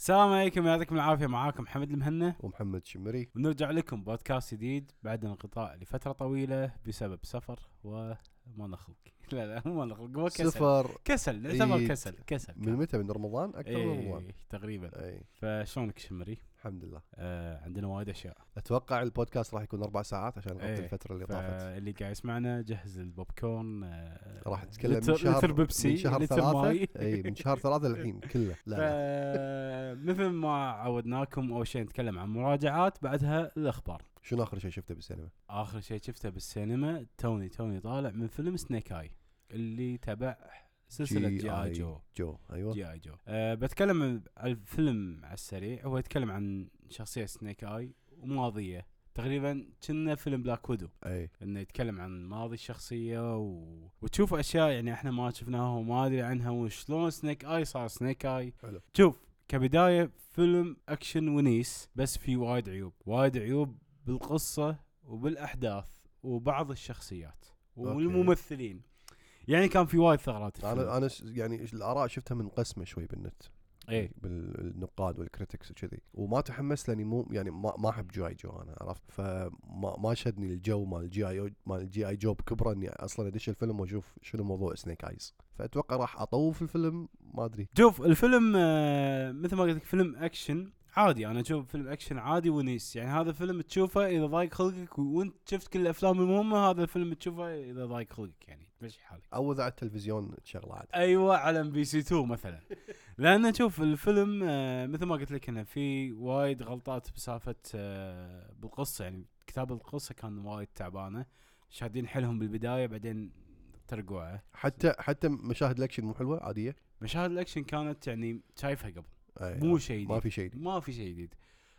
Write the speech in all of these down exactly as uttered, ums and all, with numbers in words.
السلام عليكم، يعطيكم العافية. معاكم محمد المهنا ومحمد شمري، ونرجع لكم بودكاست جديد بعد انقطاع لفترة طويلة بسبب سفر وما نخلق. لا لا مو ما نخلق، هو كسل سفر كسل نعتبر كسل كسل من متى؟ من رمضان اكثر ايه من رمضان تقريبا. اي فشلونك شمري؟ الحمد لله. آه عندنا وايد اشياء. اتوقع البودكاست راح يكون اربع ساعات عشان نغطي ايه الفتره اللي طافت. اللي قاعد يسمعنا جهز البوب كورن. آه راح نتكلم لتر من شهر لتر بيبسي، من شهر لتر ثلاثة ماي. اي من شهر ثلاثة الحين كله. لا, لا. مثل ما عودناكم اول شيء نتكلم عن مراجعات، بعدها الاخبار. شنو اخر شيء شفته بالسينما؟ اخر شيء شفته بالسينما توني توني طالع من فيلم سنيك اي اللي تبع سلسلة جي اي جو. جو ايوه جي اي جو. أه بتكلم عن الفيلم على السريع. هو يتكلم عن شخصية سنيك اي وماضية، تقريبا كنا فيلم بلاك ويدو. اي انه يتكلم عن ماضي الشخصية و... وتشوف اشياء يعني احنا ما شفناها وما ادري عنها، وشلون سنيك اي صار سنيك اي. حلو. شوف كبداية فيلم اكشن ونيس، بس في وايد عيوب وايد عيوب بالقصة وبالاحداث وبعض الشخصيات والممثلين. يعني كان في وايد ثغرات. انا انا يعني الاراء شفتها منقسمه شوي بالنت، ايه بالنقاد والكريتكس وكذي، وما تحمس لاني مو يعني ما ما احب جي اي جو انا، عرفت؟ فما ما شدني الجو مال الجي اي مال الجي اي جو بكبره اني اصلا ادش الفيلم واشوف شنو موضوع سنيك ايز. فاتوقع راح اطوف الفيلم، ما ادري. شوف الفيلم آه مثل ما قلت لك فيلم اكشن عادي. انا اشوف فيلم اكشن عادي ونيس. يعني هذا فيلم تشوفه اذا ضايق خلقك وانت شفت كل الافلام المهمه، هذا الفيلم تشوفه اذا ضايق خلقك، يعني تمشي حالك. او اذا على التلفزيون تشغله عادي. ايوه على ام بي سي اثنين مثلا. لان شوف الفيلم آه مثل ما قلت لك انه في وايد غلطات بسالفه آه بالقصه. يعني كتاب القصه كان وايد تعبانه، شادين حيلهم بالبدايه بعدين ترقوعه. حتى حتى مشاهد الاكشن مو حلوه، عاديه. مشاهد الاكشن كانت يعني شايفها قبل، أي مو شيء جديد. ما في شيء ما في شيء جديد.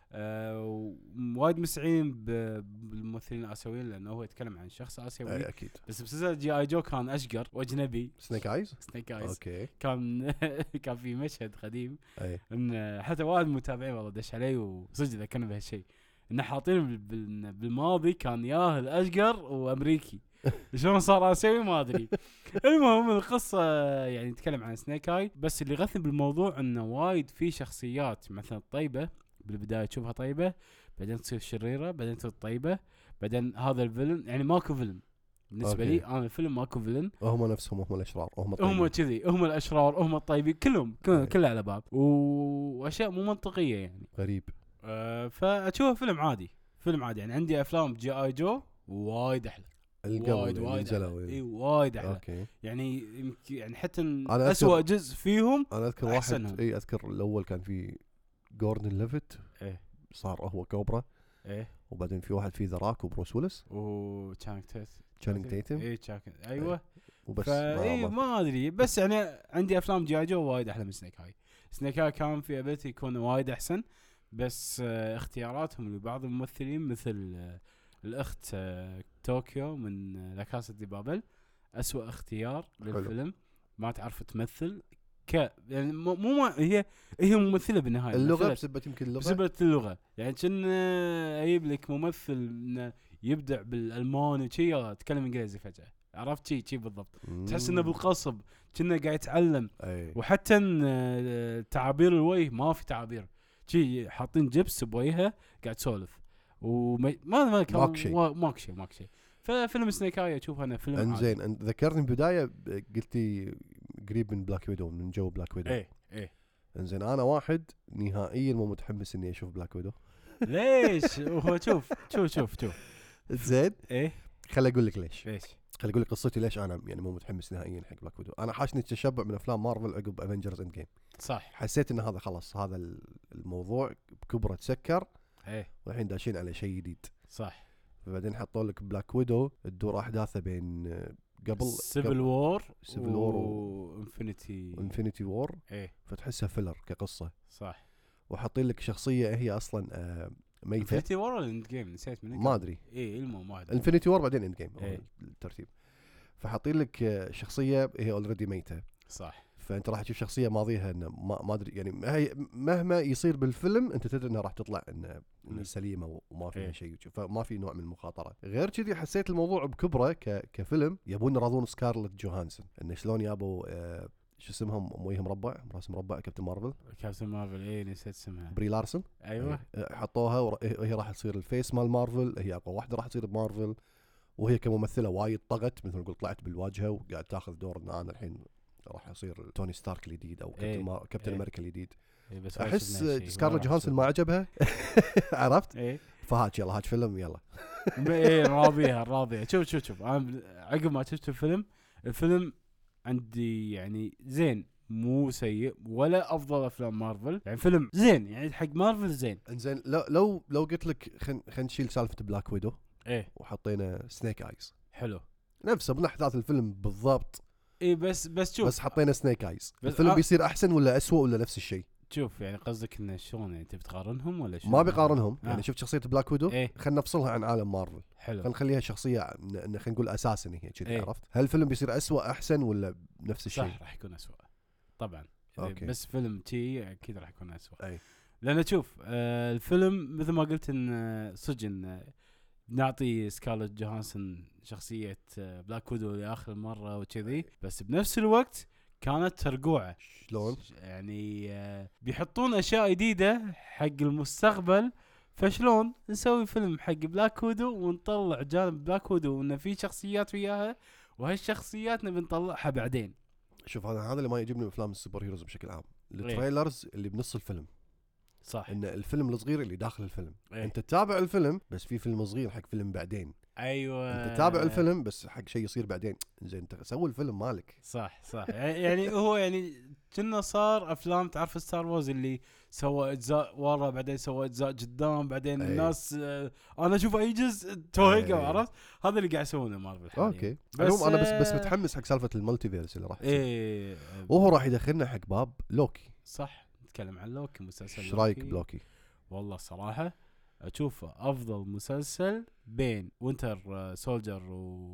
آه وايد مسعين بالممثلين الاسيويين لانه هو يتكلم عن شخص اسيوي. اكيد. بس بسلسله جي اي جو كان اشقر واجنبي. سنيك ايز سنيك ايز اوكي. كان كان في مشهد قديم أي. ان حتى واحد متابعين والله دش علي وصدق ذكرني بهالشيء، ان حاطين بالماضي كان ياه الاشقر وامريكي. شلون صار اسيوي ما ادري. المهم القصه يعني نتكلم عن سنيك اي، بس اللي غثني بالموضوع انه وايد في شخصيات مثلا طيبه بالبدايه تشوفها طيبه، بعدين تصير شريره، بعدين تصير طيبه، بعدين هذا الفيلن. يعني ماكو فيلن بالنسبه أوكي. لي انا الفيلم ماكو فيلن. هم نفسهم هم الاشرار هم هم كذي، هم الاشرار هم الطيبين كلهم كلهم كله على بعض، واشياء مو منطقيه يعني. غريب. أه فاشوفه فيلم عادي، فيلم عادي. يعني عندي افلام جي اي جو وايد احلى، وايد وايد اي وايد احلى. أوكي. يعني يعني حتى أنا اسوأ أذكر- جزء فيهم انا اذكر أحسنهم. واحد اي اذكر الاول كان في جوردن ليفيت، ايه صار هو كوبرا، ايه وبعدين في واحد في ذراك وبروس ويلس وتشانك تيت تشانينج تيتم ايه تشانك ايوه. وبس. فاي ما, ما ادري، بس يعني عندي افلام جي اي جو وايد احلى من سنيك هاي. سنيك هاي كان في ابيتي يكون وايد احسن، بس آه اختياراتهم لبعض الممثلين مثل آه الاخت آه طوكيو من آه لا كاسا دي بابل اسوأ اختيار للفيلم. ما تعرف تمثل ك يعني مو مو هي هي ممثله بالنهايه. اللغه بسبة يمكن اللغه بسبة اللغه. يعني كنا اجيب لك ممثل يبدع بالالماني وشي تكلم انجليزي فجاه، عرفت شي شي بالضبط. تحس انه بالقصب كنا قاعد يتعلم. أي. وحتى تعابير الوجه ما في تعابير، شي حاطين جبس بوجهها قاعد تسولف وما ما ما كان ماك شيء ماك شيء ماك شيء. ففيلم سنيك اي اشوف انا فيلم انزين. ذكرني بدايه قلتي قريب من بلاك ويدو، من جو بلاك ويدو. ايه ايه انزين انا واحد نهائيا مو متحمس اني اشوف بلاك ويدو. ليش؟ هو شوف شوف شوف شوف زين. ايه خلي اقول لك ليش. ليش خلي اقول لك قصتي ليش انا يعني مو متحمس نهائيا حق بلاك ويدو. انا حاشني التشبع من افلام مارفل عقب افنجرز اند جيم. صح. حسيت ان هذا خلاص، هذا الموضوع بكبره تسكر، ايه والحين داشين على شيء جديد. صح. فبعدين حطوا لك بلاك ويدو تدور احداثه بين قبل سيفل وور سيفل وور وانفينيتي وانفينيتي وور. ايه فتحسها فيلر كقصه. صح. وحاطين لك شخصيه هي اصلا آه ميته. انفينيتي وور ولا اند جيم؟ نسيت من ما ادري. ايه المهم واحد انفينيتي وور بعدين اند جيم إيه. الترتيب. فحاطين لك آه شخصيه هي اوريدي ميته. صح. فانت راح تشوف شخصيه ماضيها انه ما ما ادري يعني هي مهما يصير بالفيلم انت تدري انها راح تطلع انه إن سليمه وما فيها إيه. شيء، فما في نوع من المخاطره. غير كذي حسيت الموضوع بكبره ك... كفيلم يبون يراضون سكارلت جوهانسون، انه شلون يابوا آه شو اسمها مويه مربع راس مربع كابتن مارفل كابتن مارفل ايه نسيت اسمها. بري لارسن. ايوه إيه، حطوها وهي راح تصير الفيس مال مارفل، هي اقوى واحده راح تصير بمارفل، وهي كممثله وايد طغت مثل ما قلت طلعت بالواجهه وقاعد تاخذ دور ان انا الحين راح اصير توني ستارك الجديد او كابتن إيه. مار... كابتن إيه. امريكا الجديد. إيه بس احس ما شفنا شيء. سكارلت ولا جوهانسون ما عجبها عرفت ايه فهاج يلا هاج فيلم يلا. ايه راضيها راضية. شوف شوف شوف انا عقب ما شفت الفيلم الفيلم عندي يعني زين مو سيء ولا افضل افلام مارفل، يعني فيلم زين يعني حق مارفل زين. انزين لو لو لو قلت لك خلينا خلينا نشيل سالفه بلاك ويدو ايه وحطينا سنيك ايز حلو نفسه من احداث الفيلم بالضبط، ايه بس بس شوف بس حطينا سنيك ايز بس الفيلم آه بيصير احسن ولا أسوأ ولا نفس الشيء؟ شوف يعني قصدك انه شلون يعني انت بتقارنهم ولا شو؟ ما بيقارنهم آه. يعني شفت شخصيه بلاك ويدو إيه. خلينا نفصلها عن عالم مارفل، حلو خلينا نخليها شخصيه ان إن خلينا نقول اساسا هي كذي إيه. عرفت. هل الفيلم بيصير أسوأ احسن ولا نفس الشيء؟ صح راح يكون أسوأ طبعا. أوكي. بس فيلم تي اكيد راح يكون أسوأ. اي لان شوف آه الفيلم مثل ما قلت ان آه، سجن آه، نعطي سكارلت جوهانسون شخصية آه، بلاك ويدو لآخر مرة وكذي، بس بنفس الوقت كانت ترقوعة. شلون؟ يعني آه بيحطون أشياء جديدة حق المستقبل، فشلون نسوي فيلم حق بلاك ويدو ونطلع جانب بلاك ويدو وإنه في شخصيات وياها، وهالشخصيات نبي نطلعها بعدين. شوف هذا هذا اللي ما يعجبني بافلام السوبر هيروز بشكل عام، التريلرز اللي بنص الفيلم، صح ان الفيلم الصغير اللي داخل الفيلم إيه. انت تتابع الفيلم بس في فيلم صغير حق فيلم بعدين، ايوه انت تتابع الفيلم بس حق شيء يصير بعدين. زين انت سوي الفيلم مالك. صح صح يعني هو يعني كنا صار افلام تعرف ستار وورز اللي سوى اجزاء ورا بعدين سوى اجزاء قدام بعدين أي. الناس آه انا اشوف اي جزء توهقوا أي. عرفت. هذا اللي قاعد يسوونه مارفل حاليا. اوكي بس انا بس بس آه، متحمس حق سالفه المالتيفيرس اللي راح تصير. ايه وهو راح يدخلنا حق باب لوكي. صح نتكلم عن لوكي مسلسل ايش رايك لوكي. بلوكي؟ والله صراحه اشوفه افضل مسلسل بين وينتر سولجر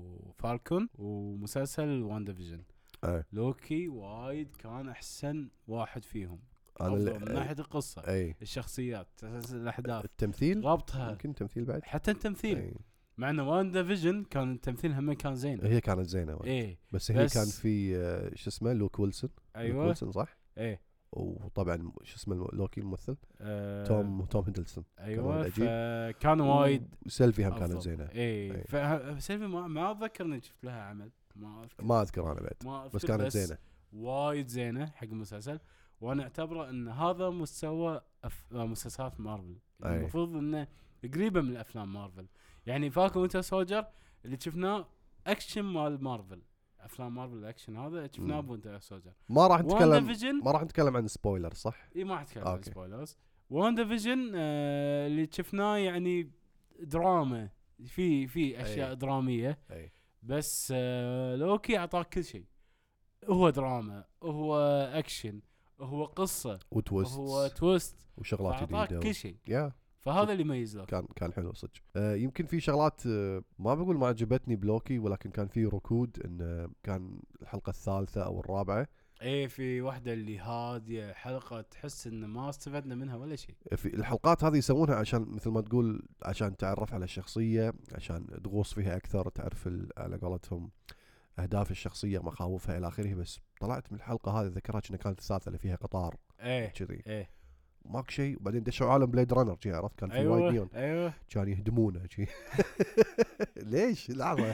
وفالكون ومسلسل واندا فيجن. اي لوكي وايد كان احسن واحد فيهم. انا أفضل اللي- من ناحيه القصه اي الشخصيات تسلسل الاحداث التمثيل ربطها يمكن تمثيل بعد. حتى التمثيل. أي. مع انه واندا فيجن كان التمثيل هم كان زين. هي كانت زينه وايد. ايه بس هي بس- كان في آه، شو اسمه لوك ويلسون. لوك ايوه ويلسون صح. ايه وطبعا شو اسمه لوكي الممثل آه توم توم هيدلسون. ايوه عجيب. فكان وايد وسيلفي هم أفضل. كانت زينه. ايه أي. فسيلفي ما, ما اتذكر اني شفت لها عمل ما اذكر ما اذكر انا بعد ما بس أذكر كانت زينه. وايد زينه حق المسلسل. وانا اعتبره ان هذا مستوى أف... مسلسلات مارفل. أي. المفروض انه قريبه من الافلام مارفل. يعني فاكر وينتر سولجر اللي شفناه اكشن مال مارفل، افلام مارفل الاكشن هذا شفناه مم. بوينتر سولجر. ما راح واندا نتكلم فيجن ما راح نتكلم عن سبويلر صح. اي ما راح اتكلم عن أوكي. سبويلرز. واندا فيجن آه اللي شفناه يعني دراما، في في اشياء أي. دراميه، اي بس آه لوكي اعطاك كل شيء. هو دراما، هو اكشن، هو قصه، وتويست هو تويست، وشغلات اعطاك جديده كل و... شيء. يا فهذا اللي يميز لوكي. كان كان حلو صدق. آه يمكن في شغلات آه ما بقول ما عجبتني بلوكي، ولكن كان في ركود انه كان الحلقه الثالثه او الرابعه ايه في واحده اللي هاديه حلقه تحس ان ما استفدنا منها ولا شيء. في الحلقات هذه يسوونها عشان مثل ما تقول عشان تعرف على الشخصيه، عشان تغوص فيها اكثر، تعرف ال- على قولتهم اهداف الشخصيه مخاوفها الى اخره. بس طلعت من الحلقه هذه ذكرها انها كانت الثالثه اللي فيها قطار ايه كذي ايه ماك شيء. وبعدين دشوا عالم بليد رانر جي عرفت كان في وايد نيون ايوه ايوه كان يهدمونه شي. ليش لحظه.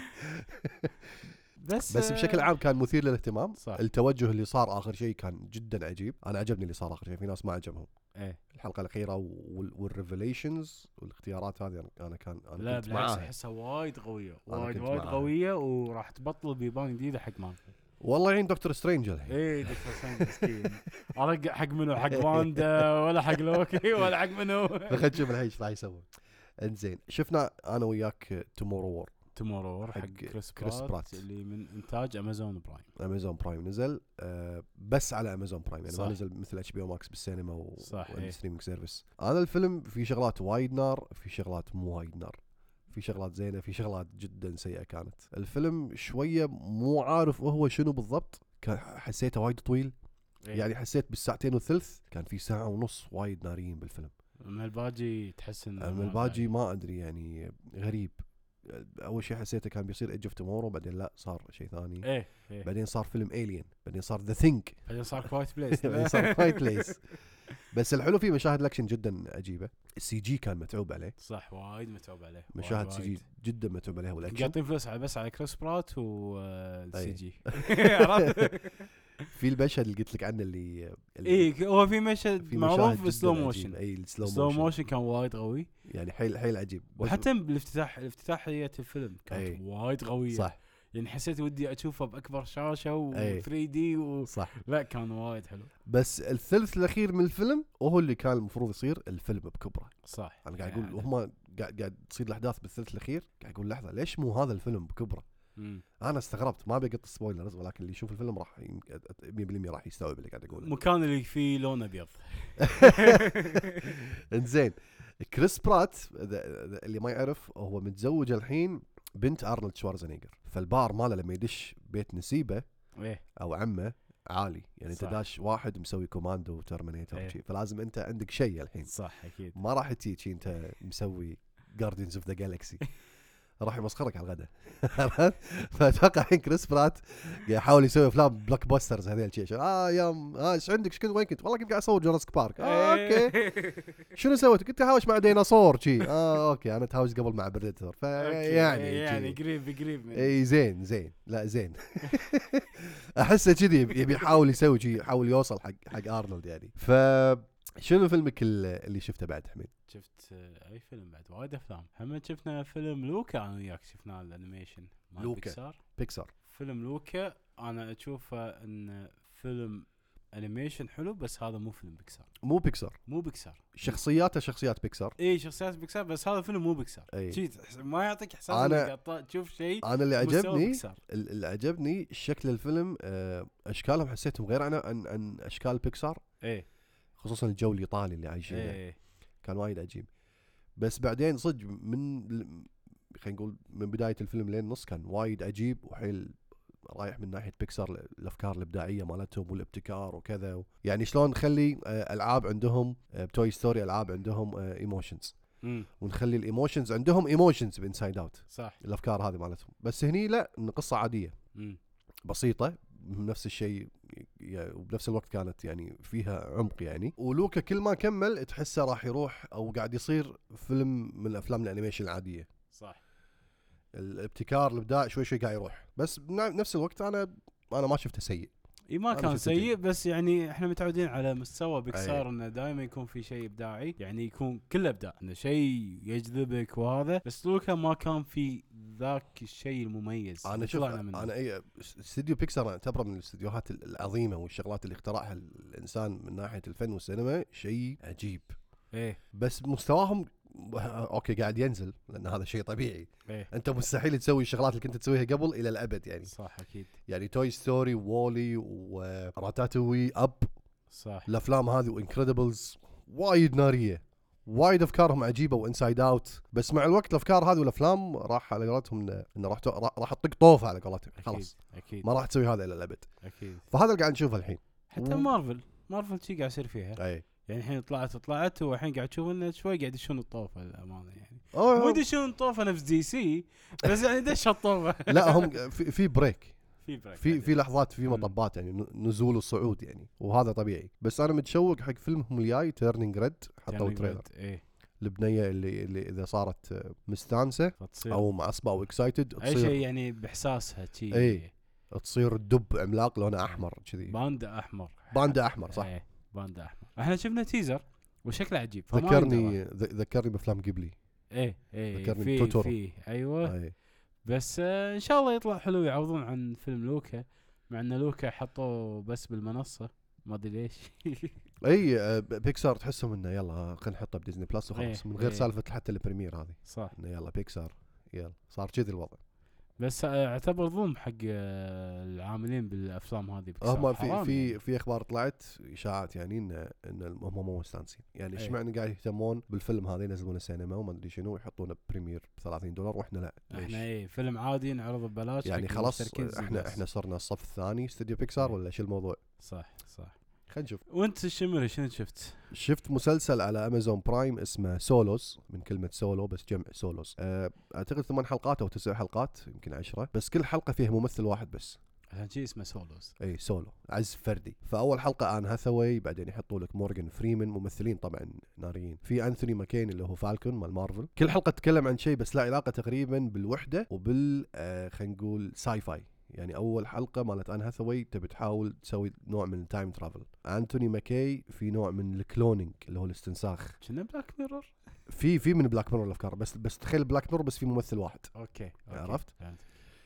بس بس بشكل آه، عام كان مثير للاهتمام. صح. التوجه اللي صار اخر شيء كان جدا عجيب. انا عجبني اللي صار اخر شيء، في ناس ما عجبهم ايه الحلقه الاخيره والريفيليشنز والاختيارات هذه. انا كان انا لا كنت بالعكس معاها. احسها وايد قويه أنا وايد كنت وايد معاها. قويه وراح تبطل بيبان جديده حق مارفل. والله يعين دكتور سترينج الحين. ايه دكتور سترينج مسكين. ارق حق منو؟ حق واندا ولا حق لوكي ولا حق منو؟ خلينا نشوف الحين ايش راح يسوي. انزين شفنا انا وياك تومورو وور تومورو حق حق كريس, كريس برات, برات. اللي من انتاج امازون برايم. امازون برايم نزل آه بس على امازون برايم يعني صح. ما نزل مثل اتش بي او ماكس بالسينما و صح، إيه. والستريمينج سيرفيس. هذا الفيلم في شغلات وايد نار، في شغلات مو وايد نار، في شغلات زينه، في شغلات جدا سيئه. كانت الفيلم شويه مو عارف هو شنو بالضبط. كان حسيته وايد طويل. إيه. يعني حسيت بالساعتين والثلث كان في ساعه ونص وايد ناريين بالفيلم. من الباجي تحس انه من ما الباجي ما ادري يعني غريب اول شيء حسيته كان بيصير ايدج اوف تومورو، بعدين لا صار شيء ثاني. ايه ايه بعدين صار فيلم الين، بعدين صار ذا ثينك، بعدين صار كوايت بليس. بعدين صار كوايت بليس. بس الحلو فيه مشاهد الاكشن جدا عجيبه، السي جي كان متعوب عليه، صح وايد متعوب عليه، مشاهد سي جي جدا متعوب عليها، والاكشن قاطين فلوس على بس على كريس برات والسي أي. جي. في المشهد اللي قلت لك عنه اللي, اللي اي هو في مشهد في معروف مشاهد سلو جداً موشن، عجيبة. اي السلو سلو موشن موشن كان وايد قوي، يعني حيل حيل عجيب. بس- وحتى بالافتتاح الافتتاحية الفيلم كانت أي. وايد قوية، صح يعني حسيت ودي اشوفه باكبر شاشة و أي. ثري دي و... صح. لا كان وايد حلو. بس الثلث الاخير من الفيلم وهو اللي كان المفروض يصير الفيلم بكبره. صح انا قاعد اقول يعني. وهم قاعد قاعد تصير الاحداث بالثلث الاخير، قاعد اقول لحظه ليش مو هذا الفيلم بكبره؟ مم. انا استغربت، ما بقط سبويلرز، ولكن اللي يشوف الفيلم راح يم- مية بالمية راح يستوعب اللي قاعد اقوله. مكان اللي فيه لون ابيض. انزين كريس برات إذا- إذا اللي ما يعرف هو متزوج الحين بنت ارنولد شوارزنيجر، فالبار ماله لما يدش بيت نسيبه ايه او عمه عالي، يعني انت صح. داش واحد مسوي كوماندو وترمينيتر إيه. وشي، فلازم انت عندك شيء الحين، صح اكيد. ما راح تجي انت مسوي جاردينز اوف ذا جالكسي، راح يمسخرك على الغداء. فاتوقع الحين كريس برات قاعد يحاول يسوي افلام بلوك باسترز هذيل شيء. اه يا اه ايش عندك؟ ايش كنت وين كنت؟ والله كنت قاعد اصور جوراسيك بارك. اه اوكي. شنو سويت؟ كنت اهاوش مع ديناصور شي. اه اوكي انا تهاوش قبل مع بريدتور، فيعني يعني قريب قريب. اي زين زين لا زين. احسه كذي يبي يحاول يسوي شيء، يحاول يوصل حق حق ارنولد يعني. ف شنو فيلمك اللي شفته بعد حميد؟ شفت اي فيلم بعد؟ وايد افلام. هم شفنا فيلم لوكا انا وياك، شفناه الانيميشن مال لوكا. بيكسار. بيكسار. فيلم لوكا انا اشوفه ان فيلم انيميشن حلو، بس هذا مو فيلم بيكسار. مو بيكسار، مو بيكسار. شخصياته شخصيات بيكسار. اي شخصيات بيكسار، بس هذا فيلم مو بيكسار. أي. شي تحس- ما يعطيك احساس أنا- انك قاعد تشوف شيء انا اللي مستوى عجبني بيكسار. ال- اللي عجبني شكل الفيلم، آه، اشكالهم حسيتهم غير عن عن, عن اشكال بيكسار، ايه خصوصا الجو الايطالي اللي عايشينه ايه كان وايد عجيب. بس بعدين صدق من خلينا نقول من بدايه الفيلم لين النص كان وايد عجيب وحيل رايح من ناحيه بيكسار، الافكار الابداعيه مالتهم والابتكار وكذا، يعني شلون نخلي آه، العاب عندهم آه، بتوي ستوري العاب عندهم ايموشنز، امم ونخلي الايموشنز عندهم ايموشنز بانسايد اوت، صح. الافكار هذه مالتهم. بس هني لا، إن قصه عاديه امم بسيطه نفس الشيء، ي- وبنفس الوقت كانت يعني فيها عمق يعني. ولوكا كل ما كمل تحسه راح يروح او قاعد يصير فيلم من افلام الانيميشن العاديه، صح. الابتكار الابداع شوي شوي قاعد يروح. بس بنفس الوقت انا انا ما شفته سيء. اي ما أنا كان شفته سيء، جيد. بس يعني احنا متعودين على مستوى بيكسار أي. انه دائما يكون في شيء ابداعي، يعني يكون كله ابداع، انه شيء يجذبك وهذا. بس لوكا ما كان في ذاك الشيء المميز. انا اللي شوف طلعنا منه. انا اي استوديو بيكسار اعتبره من الاستديوهات العظيمه والشغلات اللي اخترعها الانسان من ناحيه الفن والسينما شيء عجيب. ايه بس مستواهم اوكي قاعد ينزل، لان هذا شيء طبيعي. ايه انت مستحيل تسوي الشغلات اللي كنت تسويها قبل الى الابد يعني. صح اكيد. يعني توي ستوري وولي وراتاتوي اب، صح الافلام هذه وانكريدبلز وايد ناريه، وايد افكارهم عجيبه وانسايد اوت. بس مع الوقت الافكار هذه والافلام راح على قولتهم انه إنه راح تو- راح تطق طوفه على قولتهم، اكيد خلاص اكيد ما راح تسوي هذا الى الابد. اكيد. فهذا اللي قاعد نشوفه الحين. حتى و- مارفل مارفل شي قاعد يصير فيها، اي يعني الحين طلعت طلعت والحين قاعد تشوف انه شوي قاعد يدشون الطوفه للامانه، يعني أوه. مو يدشون الطوفه نفس دي سي، بس يعني دش الطوفه. لا هم في, في بريك، في بريك في في لحظات في مم. مطبات يعني ن- نزول وصعود يعني، وهذا طبيعي. بس انا متشوق حق فيلمهم الجاي تيرنينج ريد، حطوا تريلر ايه البنيه اللي اللي اذا صارت مستانسه فتصير او معصبه او اكسايتد اي شيء تصير يعني باحساسها شي. إيه. تصير الدب عملاق لونه احمر كذي، باندا احمر. باندا احمر صح. ايه باندا احمر. احنا شفنا تيزر وشكله عجيب، فما يندرى. ذكرني ذ- ذكرني بافلام قبلي. ايه ايه ذكرني في بتوتورو. في ايوه. اي بس آه ان شاء الله يطلع حلو، يعوضون عن فيلم لوكا، مع ان لوكا حطوه بس بالمنصه ما ادري ليش. اي آه، ب- بيكسار تحسهم انه يلا خلينا نحطه بديزني بلس وخلاص، إيه، من غير إيه. سالفه حتى البريمير هذه، صح. انه يلا بيكسار يلا صار كذي الوضع. بس آه اعتبر ظلم حق آه العاملين بالافلام هذه. بيكسار. هم في حرام في يعني. في اخبار طلعت اشاعات يعني ان ان هم مو مستانسين، يعني ايش إيه. معنى قاعد يهتمون بالفيلم هذا ينزلونه السينما وما ادري شنو ويحطونه بريمير ب ثلاثين دولار واحنا لا ليش؟ احنا ايه فيلم عادي نعرضه ببلاش يعني حق خلاص المشتركين احنا بس. احنا صرنا الصف الثاني استوديو بيكسار إيه. ولا شو الموضوع؟ صح صح. خلينا نشوف. وانت الشمري شنو شفت؟ شفت مسلسل على امازون برايم اسمه سولوز، من كلمه سولو بس جمع سولوز. أه اعتقد ثمان حلقات او تسع حلقات يمكن عشرة، بس كل حلقه فيها ممثل واحد بس. عشان شيء اسمه سولوز. اي سولو، عزف فردي. فاول حلقه ان هاثاواي، بعدين يحطوا لك مورغان فريمان، ممثلين طبعا ناريين. في انثوني ماكين اللي هو فالكون مال مارفل. كل حلقه تتكلم عن شيء بس لا علاقه تقريبا بالوحده وبال آه خلينا نقول ساي فاي. يعني اول حلقه مالت ان هاثاواي تبي تحاول تسوي نوع من التايم ترافل. انتوني ماكي في نوع من الكلونينج اللي هو الاستنساخ. شنو بلاك ميرور؟ في في من بلاك ميرور الافكار، بس بس تخيل بلاك ميرور بس في ممثل واحد. اوكي, أوكي. عرفت؟ فهمت.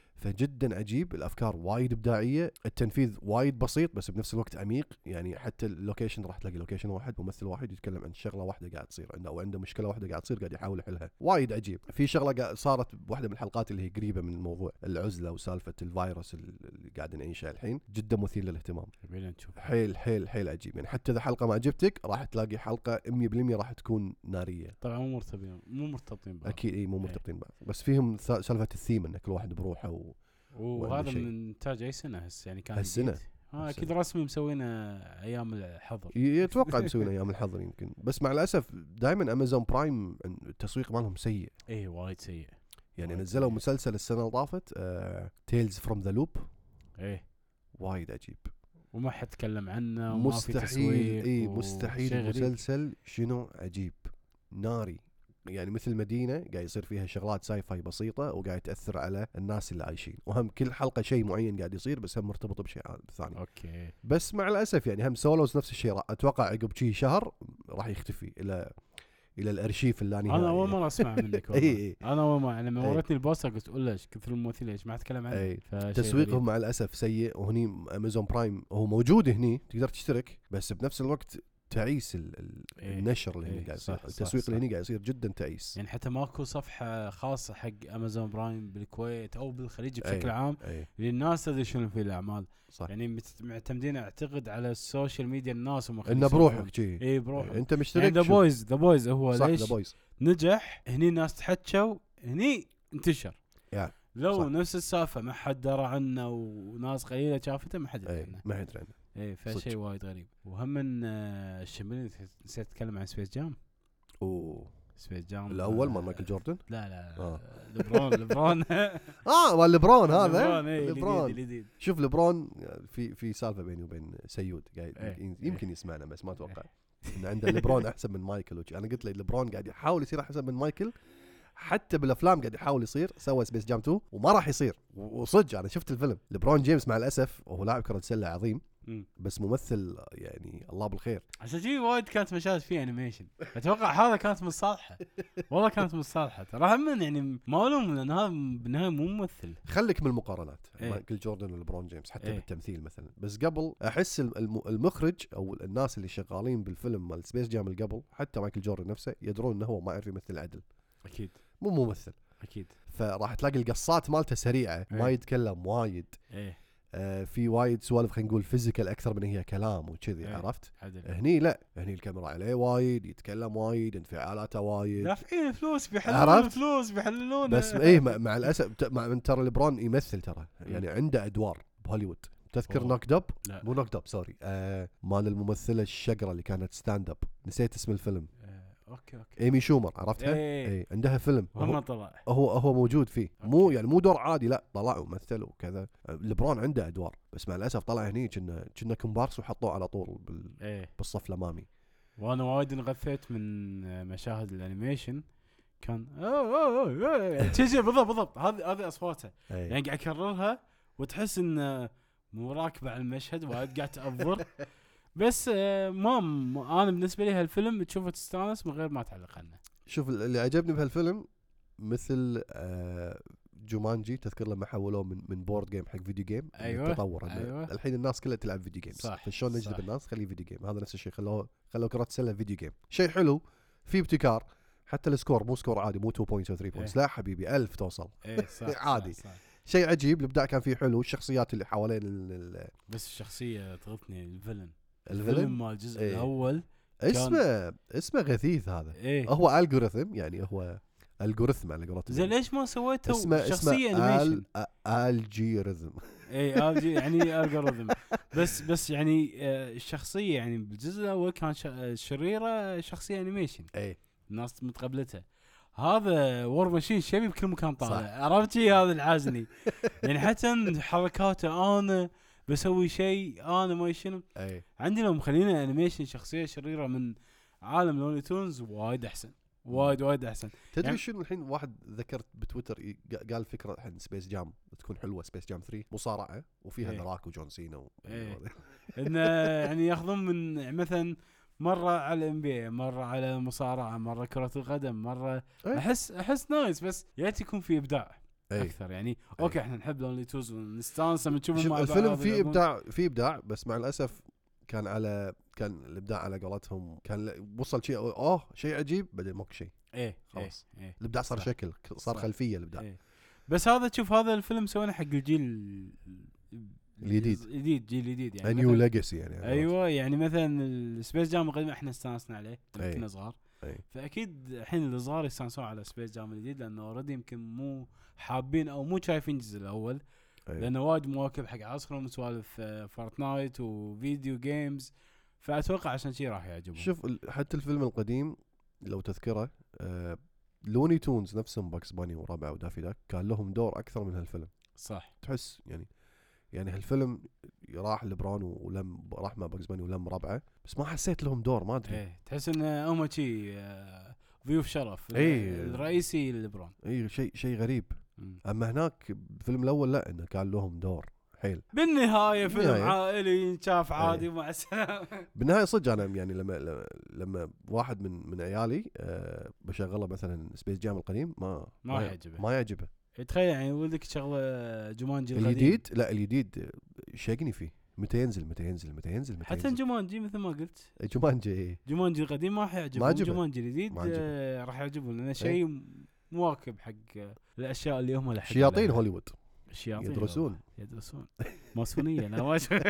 فجدا عجيب، الافكار وايد ابداعيه، التنفيذ وايد بسيط بس بنفس الوقت عميق. يعني حتى اللوكيشن راح تلاقي لوكيشن واحد، ممثل واحد يتكلم عن شغله واحده قاعد تصير عنده، او عنده مشكله واحده قاعد تصير قاعد يحاول يحلها. وايد عجيب. في شغله صارت بواحده من الحلقات اللي هي قريبه من الموضوع، العزله وسالفه الفيروس اللي قاعد نعيشه الحين، جدا مثير للاهتمام. خلينا نشوف. حيل حيل حيل عجيب. يعني حتى اذا حلقه ما عجبتك راح تلاقي حلقه مية بالمية راح تكون ناريه. طبعا مو مرتبطين مو مرتبطين بعض. اكيد اي مو مرتبطين بعض، بس فيهم سالفه الثيم ان كل واحد بروحه و... وهذا من انتاج اي سنه هس يعني كان هالسنه. ها اكيد رسمي مسوينه ايام الحظر. يتوقع مسوين ايام الحظر يمكن، بس مع الاسف دائما امازون برايم التسويق مالهم سيء. ايه وايد سيء. يعني وايد نزلوا سيء. مسلسل السنه اللي طافت تيلز فروم ذا لوب. ايه وايد عجيب وما حد تكلم عنه وما في مستحيل. تسويق. اي مستحيل المسلسل شنو عجيب ناري. يعني مثل مدينة قاعد يصير فيها شغلات ساي فاي بسيطة وقاعد تأثر على الناس اللي عايشين، وهم كل حلقة شيء معين قاعد يصير بس هم مرتبط بشيء ثاني. اوكي. بس مع الأسف يعني هم سولوز نفس الشيء، اتوقع عقب شي شهر راح يختفي الى الى الارشيف اللاني. انا اول مرة اسمع منك. اي انا اول مرة لما وريتني البوستر قلت اقول ليش كثر الممثلين ليش ما اتكلم عنه. تسويقهم مع الأسف سيء. وهني امازون برايم هو موجود هني تقدر تشترك، بس بنفس الوقت تعيس ال ال إيه النشر اللي إيه هنا قاعد صح يصير، التسويق اللي هنا قاعد يصير جدا تعيس. يعني حتى ماكو صفحة خاصة حق امازون برايم بالكويت او بالخليج بشكل أي عام أي للناس تدري شنو في الاعمال. صح. يعني معتمدين اعتقد على السوشيال ميديا الناس وما انه بروحك شيء. اي بروحك انت مشترك. يعني ذا بويز ذا بويز هو صح ليش ذا بويز نجح هني، الناس تحكوا هني انتشر. يعني لو صح. نفس السالفة ما حد درى عنه وناس قليلة شافته ما حد درى عنه. ما حد عنه. ايه فشيء وايد غريب. وهم من آه الشمالي نسيت اتكلم عن سبيس جام. اوه سبيس جام الاول مال مايكل جوردن. لا لا آه. لبرون لبرون اه مال لبرون هذا. لبرون, إيه لبرون. لديد. شوف لبرون في في سالفه بيني وبين سيود قاعد إيه. يمكن إيه. يسمعنا بس ما اتوقع ان عنده لبرون احسن من مايكل. انا قلت له لبرون قاعد يحاول يصير احسن من مايكل، حتى بالافلام قاعد يحاول يصير. سوى سبيس جام تو وما راح يصير. وصدق انا شفت الفيلم. لبرون جيمس مع الاسف وهو لاعب كرة سلة عظيم بس ممثل يعني الله بالخير. عشان شي وايد كانت مشاهد فيه انيميشن. اتوقع هذا كانت من صالحه. والله كانت من صالحه ترى. هم يعني ما لهم لان هذا بالنهايه مو ممثل. خليك من المقارنات إيه. مايكل جوردن ولبرون جيمس حتى إيه. بالتمثيل مثلا. بس قبل احس المخرج او الناس اللي شغالين بالفيلم مال سبيس جام اللي قبل حتى مايكل جوردن نفسه يدرون انه هو ما يعرف يمثل عدل. اكيد مو ممثل اكيد. فراح تلاقي القصات مالته سريعه. إيه. ما يتكلم وايد. ايه آه في وايد سوالف خلينا نقول فيزيكال اكثر من هي كلام وكذي. إيه. عرفت عدل. هني لا، هني الكاميرا عليه وايد، يتكلم وايد، انفعالاته وايد، دافعين فلوس بيحللون فلوس بيحللون. بس ايه مع الاسف مع من ترى لبرون يمثل ترى يعني عنده ادوار بهوليوود. تذكر نوك دب؟ مو نوك دب سوري آه مال الممثله الشقره اللي كانت ستاند اب، نسيت اسم الفيلم. اوكي اوكي ايمي شومر عرفتها؟ ايه, ايه عندها فيلم هو طلع هو هو موجود فيه. مو يعني مو دور عادي لا، طلع ومثل وكذا. لبرون عنده ادوار بس مع الاسف طلع هني كنا كنا كومبارس وحطوه على طول بال ايه. بالصف الامامي. وانا وايد انغثيت من مشاهد الانيميشن. كان اوه اوه اوه تجي بالضبط بالضبط هذه هذه اصواتها. يعني قاعد اكررها وتحس ان مو راكبه على المشهد وايد قاعد تأفور. بس ما انا بالنسبه لي هالفيلم تشوفه تستانس من غير ما تعلق عنه. شوف اللي عجبني بهالفيلم مثل آه جومانجي، تذكر لما حولوه من من بورد جيم حق فيديو جيم. أيوة. التطور أيوة. الحين الناس كلها تلعب فيديو جيمز، فشلون نجذب الناس خليه فيديو جيم. هذا نفس الشيء خلوه خلوه كرة سلة فيديو جيم. شيء حلو في ابتكار. حتى السكور مو سكور عادي مو اثنين بوينتس او ثلاثة بوينتس لا حبيبي ألف توصل. إيه صح عادي صح صح. شيء عجيب. الابداع كان فيه حلو. الشخصيات اللي حوالين ال بس الشخصيه تغثني. الفيلن الفيلن مال الجزء ايه. الاول اسمه اسمه غثيث هذا. ايه. هو الجوريثم يعني هو الجوريثم على قولتهم. زين ليش ما سويته اسمه شخصيه اسمه انيميشن؟ الجوريثم اي ار جي يعني الجوريثم. بس بس يعني آه، الشخصيه يعني بالجزء الاول كان ش- شريره، شخصيه انيميشن اي الناس متقبلتها. هذا وور ماشين شبي بكل مكان طالع، صح. عرفت شي؟ هذا العازني يعني حتى حركاته انا بسوي شيء انا ما شنو. اي عندي لو مخلينا انيميشن شخصيه شريره من عالم لوني تونز وايد احسن، وايد وايد احسن. تدري يعني- شنو الحين واحد ذكرت بتويتر ي- قا- قال فكره الحين سبيس جام تكون حلوه، سبيس جام ثري مصارعه وفيها إيه. ذراك وجون سينا و... إيه. انه يعني ياخذون من مثلا مره على الام بي، مره على مصارعه، مره كره القدم، مره إيه. احس احس نايس. بس ياتي يكون في ابداع اي اكثر يعني. اوكي احنا نحب لونلي توز ونستانس لما نشوفهم شوف مع بعض الفيلم فيه يلعبون. ابداع، فيه ابداع بس مع الاسف كان على كان الابداع على قولتهم كان ل- وصل شيء اوه شيء عجيب بعدين ماكو شيء ايه خلاص. إيه إيه. الابداع صار صح. شكل صار صح. خلفيه الابداع. إيه. بس هذا تشوف هذا الفيلم سوينا حق الجيل الجديد. الجديد جيل جديد يعني نيو مثلاً- ليجاسي يعني. ايوه يعني مثلا السبيس جام القديم احنا استانسنا عليه لما أي. كنا صغار. أي. فاكيد الحين الصغار يستانسون على سبيس جام الجديد لانه اوريدي يمكن مو حابين او مو شايفين الجزء الاول، أي. لانه وايد مواكب حق عصرهم سوالف آه، فورتنايت وفيديو جيمز، فاتوقع عشان شي راح يعجبهم. شوف ال- حتى الفيلم القديم لو تذكره آه لوني تونز نفسهم باكس باني وربعه ودافي داك كان لهم دور اكثر من هالفيلم. صح. تحس يعني يعني هالفيلم راح لبران ولم راح مع باكس باني ولم ربعه بس ما حسيت لهم دور ما ادري. ايه تحس ان هم شي آه، ضيوف شرف. إيه. الرئيسي لبرون. اي شيء شيء غريب. مم. اما هناك بالفيلم الاول لا انه كان لهم دور حيل. بالنهايه فيلم بالنهاية. عائلي شاف عادي مع السلامه. بالنهايه صدق انا يعني لما لما, لما واحد من من عيالي أه بشغله مثلا سبيس جام القديم ما ما يعجبه. ما يعجبه. تخيل يعني ولدك شغله جومانجي القديم. الجديد لا الجديد شاقني فيه متى ينزل متى ينزل متى ينزل متى حتى ينزل. جومانجي مثل ما قلت، جومانجي جومانجي القديم ما راح يعجبهم، ما عجبه. جومانجي الجديد ما عجبه. آه راح يعجبهم لانه شيء مواكب حق آه، الاشياء اللي هم لحق شياطين لها. هوليوود الشياطين يدرسون. والله. يدرسون ماسونيه انا ما أشوف.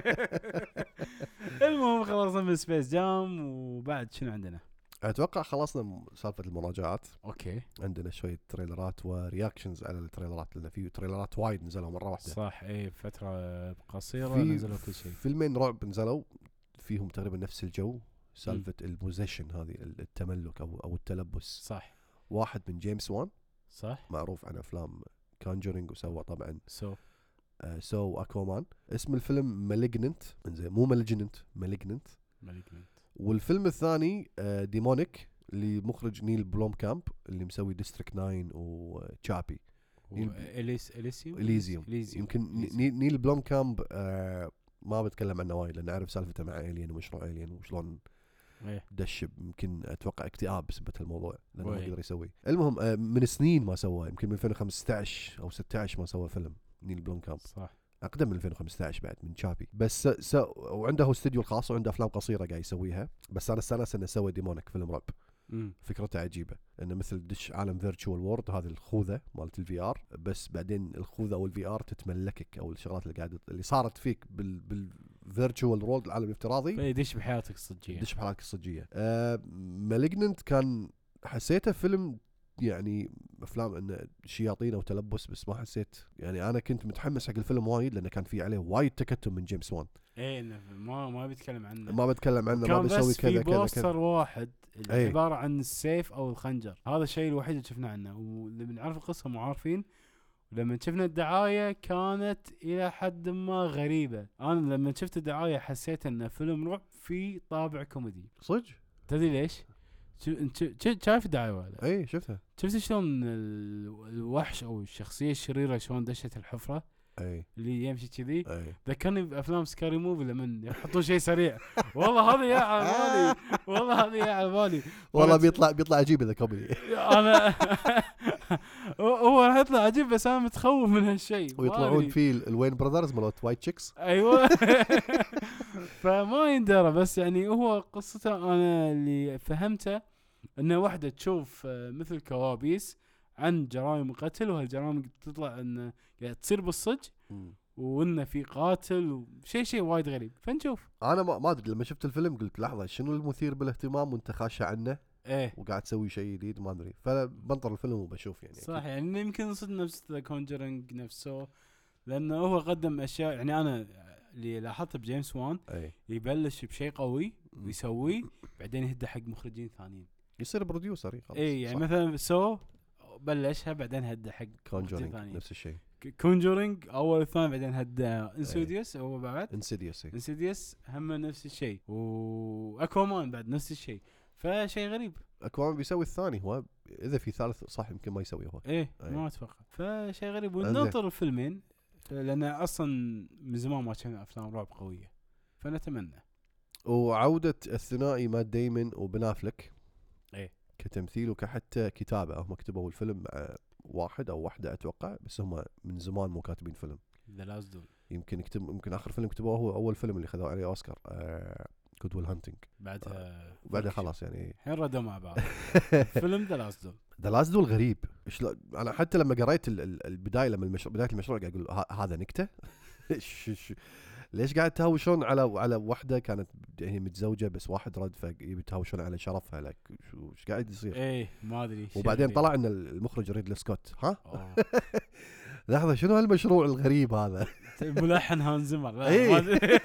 المهم خلصنا من سبيس جام وبعد شنو عندنا؟ اتوقع خلصنا م- سالفه المراجعات. اوكي عندنا شويه تريلرات ورياكشنز على التريلرات لان في تريلرات وايد نزلوا مره واحده. صح. اي فتره قصيره في نزلوا كل شيء. فيلمين رعب نزلوا فيهم تقريبا نفس الجو سالفه البوزيشن هذه التملك او او التلبس. صح واحد من جيمس وان صح. معروف عن افلام كونجرينج وسوى طبعا سو آه سو اكوامان. اسم الفيلم مالجننت انزين مو مالجننت مالجننت. مالجننت. والفيلم الثاني آه ديمونيك اللي مخرج نيل بلوم كامب اللي مسوي ديستريكت ناين وتشابي نيل- اليس اليسيوم اليزيوم. اليزيوم يمكن ني- نيل بلوم كامب آه ما بتكلم عنه وايد لان اعرف سالفته مع الين ومشروع الين وشلون إيه. دش يمكن اتوقع اكتئاب بسبب الموضوع لانه ما وي. قدر يسوي. المهم آه من سنين ما سوى يمكن من ألفين وخمسة عشر او ستة عشر ما سوى فيلم نيل بلوم كامب. صح. اقدم من ألفين وخمسة عشر بعد من تشابي بس س... وعنده هو استوديو الخاص وعنده افلام قصيره قاعد يسويها. بس انا استانس انه سوى ديمونيك فيلم رعب. امم فكرته عجيبه انه مثل دش عالم فيرتشوال وورد هذه الخوذه مالت الفي ار بس بعدين الخوذه او الفي ار تتملكك او الشغلات اللي قاعده اللي صارت فيك بال بالفيرتشوال وورد العالم الافتراضي فيدش بحياتك الصجيه. دش بحالك الصجيه. آه مالجننت كان حسيته فيلم يعني افلام انه شياطين او تلبس بس ما حسيت يعني انا كنت متحمس حق الفيلم وايد لانه كان في عليه وايد تكتم من جيمس وان. ايه إنه ما ما بيتكلم عنه. ما بتكلم عنه ما كان بيسوي بس كذا في كذا بوستر كذا. واحد اللي أي. عباره عن السيف او الخنجر، هذا الشيء الوحيد اللي شفنا عنه. واللي بنعرف القصه مو عارفين. ولما شفنا الدعايه كانت الى حد ما غريبه. انا لما شفت الدعايه حسيت انه فيلم رعب في طابع كوميدي. صدق تدري ليش؟ شو- انت شو- شايف الدعايه ولا؟ اي شفتها. شفت شلون ال- الوحش او الشخصيه الشريره شلون دشت الحفره اي اللي يمشي كذي؟ اي ذكرني بافلام سكاري موفي لما يحطون شيء سريع. والله هذا يا على بالي، والله هذا يا على بالي. والله فرت- بيطلع بيطلع عجيب اذا كوميدي. انا هو- هو راح يطلع عجيب بس انا متخوف من هالشيء. ما ويطلعون أدري. في الوين براذرز مالت وايت تشيكس. ايوه. فما يندرى بس يعني هو قصته انا اللي فهمته انه واحده تشوف آه، مثل كوابيس عن جرائم قتل، وهالجرائم تطلع انه يعني تصير بالصج وانه في قاتل وشيء شيء وايد غريب. فنشوف. انا ما ما ادري لما شفت الفيلم قلت لحظه شنو المثير بالاهتمام وانت خاشه عنه ايه وقاعد تسوي شيء جديد ما ادري فبنطر الفيلم وبشوف يعني. صح. يعني يمكن صدق نفس ذا كونجرينج نفسه لانه هو قدم اشياء يعني انا اللي لاحظته بجيمس وان اي يبلش بشيء قوي ويسويه بعدين يهده حق مخرجين ثانيين يصير بروديوسر خلاص. اي يعني مثلا سو بلشها بعدين هده حق مخرجين كونجورينج ثانيين. نفس الشيء. كونجورينج اول والثاني بعدين هده انسيديوس هو بعد انسيديوس انسيديوس هم نفس الشيء واكوامان بعد نفس الشيء فشيء غريب. اكوامان بيسوي الثاني هو اذا في ثالث صح يمكن ما يسوي هو. ايه أي. ما اتوقع فشيء غريب وننطر الفيلمين لان اصلا من زمان ما كان افلام رعب قويه فنتمنى. وعودة الثنائي مات دايمون وبن أفلك ايه كتمثيل وكحتى كتابة. هم كتبوا الفيلم مع واحد او واحدة اتوقع بس هم من زمان مو كاتبين فيلم. ذا لاست دول يمكن يكتب يمكن اخر فيلم كتبوه هو اول فيلم اللي خذوا عليه اوسكار جود ويل هانتنج. بعدها بعدها خلاص يعني الحين ردوا مع بعض. فيلم ذا لاست دول ذا لاست دول غريب. شلون انا حتى لما قريت ال- ال- البدايه لما المشروع بدايه المشروع قاعد اقول ه- هذا نكته. ش- ش- ليش قاعد تهاوشون على على واحده كانت هي متزوجه بس واحد رد فيتهاوشون على شرفها لك شو ايش قاعد يصير. ايه ما ادري. وبعدين طلع ان المخرج ريدلي سكوت. ها أوه. لحظه شنو هالمشروع الغريب هذا. ملحن هان زمر لا إيه. ما أدري.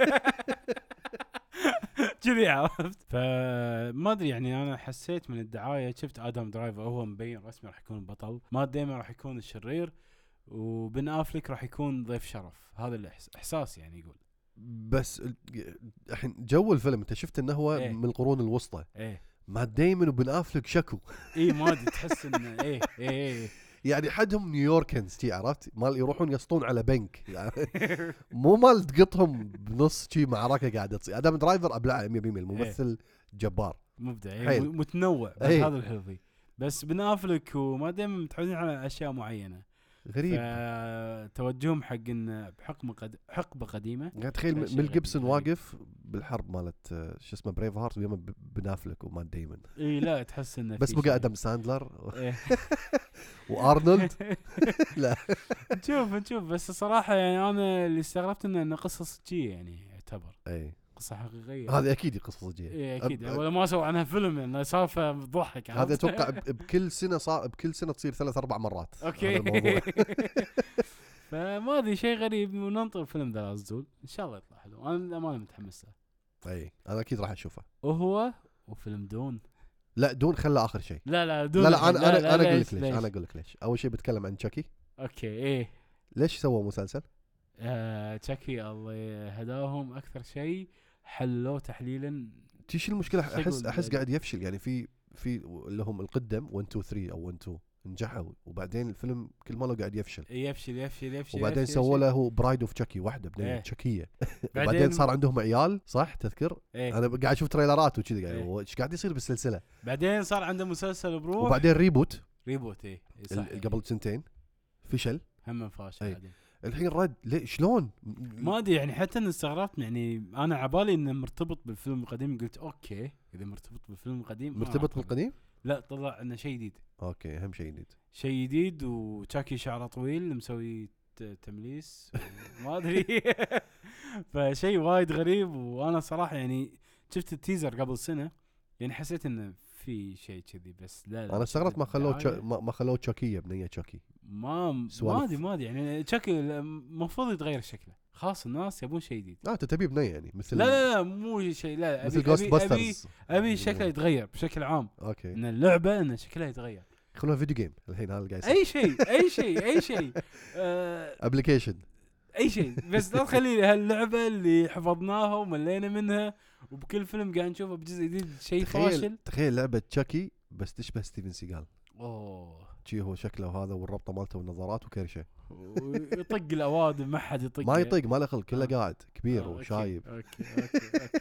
كذي عرفت فما ادري يعني انا حسيت من الدعايه شفت ادم درايفر هو مبين رسمي راح يكون البطل مات دايما راح يكون الشرير وبن افلك راح يكون ضيف شرف. هذا الاحساس يعني يقول بس الحين جو الفيلم انت شفت انه هو إيه. من القرون الوسطى. ايه مات دايمون وبن افلك شكو. ايه ما ادري تحس انه ايه ايه ايه يعني حدهم نيويوركنز تي عرفت مال يروحون يسطون على بنك يعني مو مال تقطهم بنص شي معركه قاعده تصير. ادم درايفر ابلع مية بالمية الممثل جبار مبدع حيل. يعني متنوع بس إيه. هذا الحلو فيه بس بن افلك وما دائما متعودين على اشياء معينه غريب. توجههم حق ان بحقبه قد... حقبه قديمه. قاعد تخيل شيء ميل غريب- جيبسون غريب. واقف بالحرب مالت آه، شو اسمه بريف هارت ويوم ب- بن افلك ومات دايمون اي لا تحس انه بس في بقى شيء. ادم ساندلر إيه. وارنولد. لا. نشوف نشوف بس الصراحه يعني انا اللي استغربت انه انه قصه صجيه يعني يعتبر اي قصه حقيقيه. هذه اكيد قصه صجيه. اي اكيد أب- ولا ما سووا عنها فيلم لانه سالفه ضحك. هذا اتوقع ب- بكل سنه صار بكل سنه تصير ثلاث اربع مرات. اوكي. هذا الموضوع. فما ادري شيء غريب وننطر فيلم ذا لاست دول ان شاء الله يطلع حلو. انا للامانه متحمس له. اي انا اكيد راح اشوفه. وهو وفيلم دون لا دون خله اخر شيء. لا لا دون لا لا انا انا انا اقول ليش- لك ليش ليش؟ انا اقول لك ليش. اول شيء بتكلم عن تشاكي. اوكي ايه ليش سووا مسلسل؟ آه تشاكي الله هداهم اكثر شيء حلوه تحليلا. تيش المشكله شكل احس احس ال- قاعد يفشل يعني في في اللي هم القدم واحد اثنين ثلاثة او واحد اثنين نجحوا وبعدين الفيلم كل ماله قاعد يفشل. يفشل يفشل يفشل وبعدين يفشل سووا يفشل. له هو برايد اوف تشاكي واحده بنيه إيه. تشاكيه. بعدين- وبعدين صار عندهم عيال صح تذكر. إيه. انا قاعد اشوف تريلرات وكذا قاعد إيه. ايش قاعد يصير بالسلسله. بعدين صار عنده مسلسل بروح وبعدين ريبوت ريبوت ايه إيه صح ال- قبل سنتين فشل. هم فاشل إيه. بعدين. الحين رد ليه شلون ما ادري يعني حتى اني استغربت يعني انا عبالي انه مرتبط بالفيلم القديم قلت اوكي اذا مرتبط بالفيلم القديم ما مرتبط راح بالقديم. لا طلع انه شيء جديد اوكي اهم شيء جديد. شيء جديد وتشاكي شعره طويل مسوي ت- تمليس ما ادري. فشيء وايد غريب وانا صراحه يعني شفت التيزر قبل سنه يعني حسيت انه في شيء كذي بس لا, لا انا استغربت ما خلوه الدعاية تشا- ما ما خلوه تشاكيه بنيه تشاكي. ما ما سوالف. ادري ما ادري يعني تشاكي المفروض يتغير شكله خاص الناس يبون شيء جديد. اه انت تبي بنيه يعني مثل لا لا لا مو شيء لا مثل ابي جوست ابي ابي, باسترز. أبي شكله يتغير بشكل عام اوكي ان اللعبه ان شكلها يتغير. خلونا فيديو جيم الحين هذا اللي قاعد يصير. اي شيء اي شيء اي شيء آه ابلكيشن. اي شيء بس لا تخلي هاللعبه اللي حفظناها وملينا منها وبكل فيلم قاعد نشوفه بجزء جديد شيء تخيل فاشل. تخيل لعبه تشاكي بس تشبه ستيفن سيغال. اوه شي هو شكله وهذا والربطه مالته والنظارات وكرشه. ويطق الاوادم ما حد يطق ما يطق ما له خلق كله آه. قاعد كبير آه، أوكي، وشايب. اوكي اوكي, أوكي.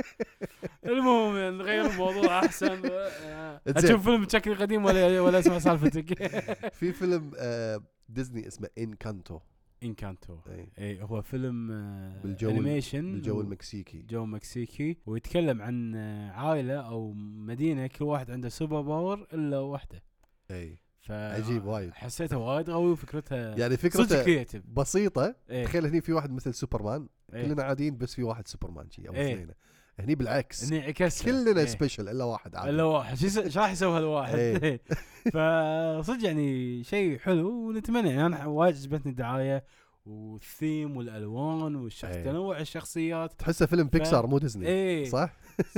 المهم يعني نغير الموضوع احسن. آه، زين. اشوف فيلم تشكل قديم ولا ولا اسمع سالفتك. في فيلم آه ديزني اسمه انكانتو. انكانتو اي اي هو فيلم آه، بالجو ال- انيميشن بالجو و- المكسيكي. جو مكسيكي ويتكلم عن آه، عائله او مدينه كل واحد عنده سوبر باور الا واحده. اي ف عجيب وايد. حسيتها وايد قوي وفكرتها يعني صدق فكرته كرياتيف. بسيطه. إيه. تخيل هني في واحد مثل سوبرمان إيه. كلنا عاديين بس في واحد سوبرمان شي او إيه. اثنين. هني بالعكس اني عكسها كلنا إيه. سبيشل الا واحد عادي. الا واحد شو يس- ايش راح يسوي هالواحد. إيه. فصدق يعني شيء حلو ونتمنى يعني انا وايد عجبتني الدعايه والثيم والالوان والشخص أي. تنوع الشخصيات. تحسه فيلم بيكسار مو ديزني. ايه صح.